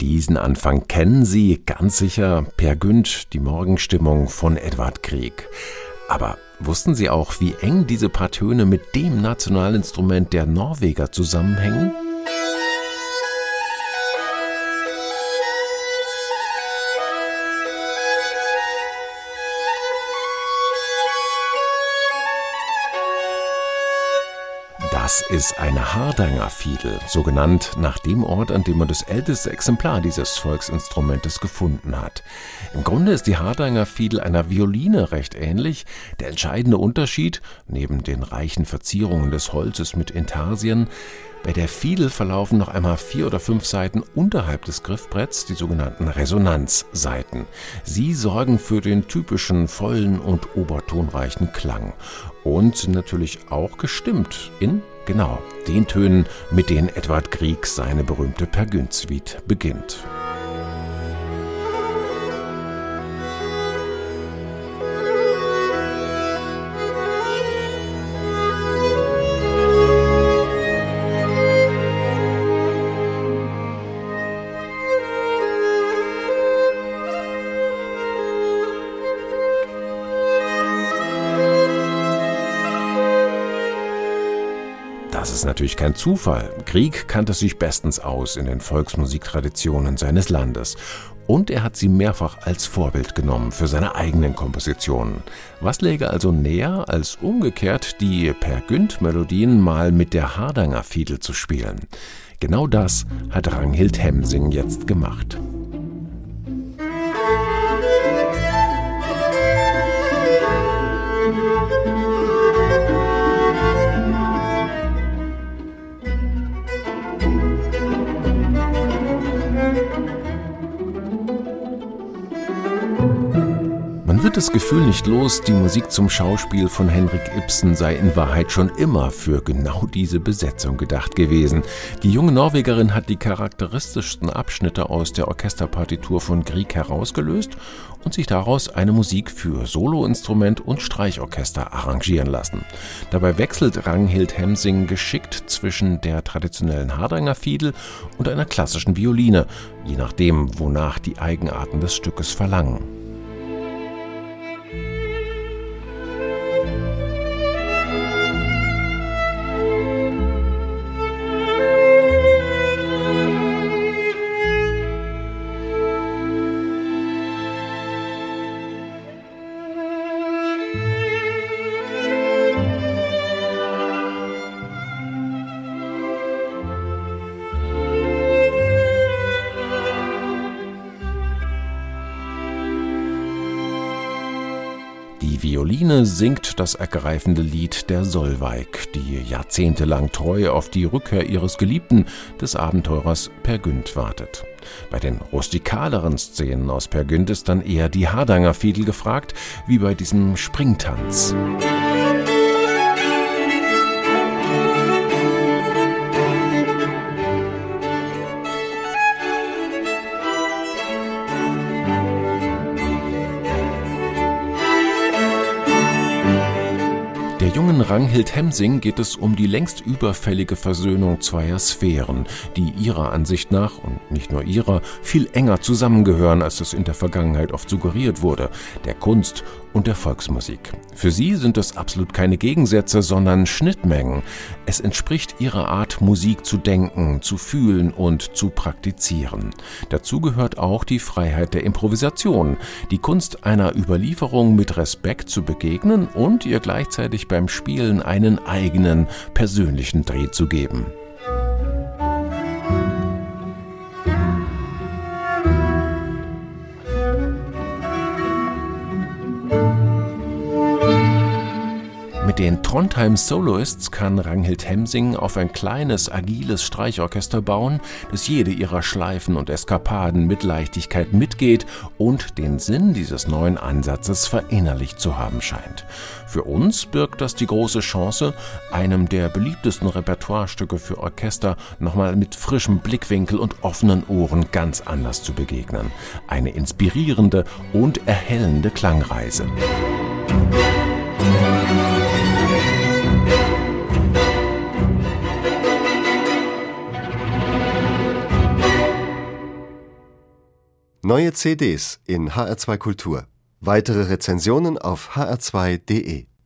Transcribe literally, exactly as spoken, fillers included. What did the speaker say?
Diesen Anfang kennen Sie ganz sicher, Peer Gynt, die Morgenstimmung von Edvard Grieg. Aber wussten Sie auch, wie eng diese paar Töne mit dem Nationalinstrument der Norweger zusammenhängen? Das ist eine Hardangerfiedel, so genannt nach dem Ort, an dem man das älteste Exemplar dieses Volksinstrumentes gefunden hat. Im Grunde ist die Hardangerfiedel einer Violine recht ähnlich. Der entscheidende Unterschied, neben den reichen Verzierungen des Holzes mit Intarsien, bei der Fiedel verlaufen noch einmal vier oder fünf Saiten unterhalb des Griffbretts, die sogenannten Resonanzsaiten. Sie sorgen für den typischen vollen und obertonreichen Klang und sind natürlich auch gestimmt in, genau, den Tönen, mit denen Edvard Grieg seine berühmte Peer Gynt-Suite beginnt. Das ist natürlich kein Zufall. Grieg kannte sich bestens aus in den Volksmusiktraditionen seines Landes. Und er hat sie mehrfach als Vorbild genommen für seine eigenen Kompositionen. Was läge also näher, als umgekehrt die Peer Gynt-Melodien mal mit der Hardangerfiedel zu spielen? Genau das hat Ragnhild Hemsing jetzt gemacht. Man wird das Gefühl nicht los, die Musik zum Schauspiel von Henrik Ibsen sei in Wahrheit schon immer für genau diese Besetzung gedacht gewesen. Die junge Norwegerin hat die charakteristischsten Abschnitte aus der Orchesterpartitur von Grieg herausgelöst und sich daraus eine Musik für Soloinstrument und Streichorchester arrangieren lassen. Dabei wechselt Ragnhild Hemsing geschickt zwischen der traditionellen Hardangerfiedel und einer klassischen Violine, je nachdem, wonach die Eigenarten des Stückes verlangen. Die Violine singt das ergreifende Lied der Solveig, die jahrzehntelang treu auf die Rückkehr ihres Geliebten, des Abenteurers Peer Gynt, wartet. Bei den rustikaleren Szenen aus Peer Gynt ist dann eher die Hardangerfiedel gefragt, wie bei diesem Springtanz. Der jungen Ragnhild Hemsing geht es um die längst überfällige Versöhnung zweier Sphären, die ihrer Ansicht nach, und nicht nur ihrer, viel enger zusammengehören, als es in der Vergangenheit oft suggeriert wurde, der Kunst und der Volksmusik. Für sie sind es absolut keine Gegensätze, sondern Schnittmengen. Es entspricht ihrer Art, Musik zu denken, zu fühlen und zu praktizieren. Dazu gehört auch die Freiheit der Improvisation, die Kunst einer Überlieferung mit Respekt zu begegnen und ihr gleichzeitig beim Spielen einen eigenen, persönlichen Dreh zu geben. Mit den Trondheim Soloists kann Ragnhild Hemsing auf ein kleines, agiles Streichorchester bauen, das jede ihrer Schleifen und Eskapaden mit Leichtigkeit mitgeht und den Sinn dieses neuen Ansatzes verinnerlicht zu haben scheint. Für uns birgt das die große Chance, einem der beliebtesten Repertoirestücke für Orchester nochmal mit frischem Blickwinkel und offenen Ohren ganz anders zu begegnen. Eine inspirierende und erhellende Klangreise. Neue C Ds in H R zwei Kultur. Weitere Rezensionen auf h r zwei punkt de.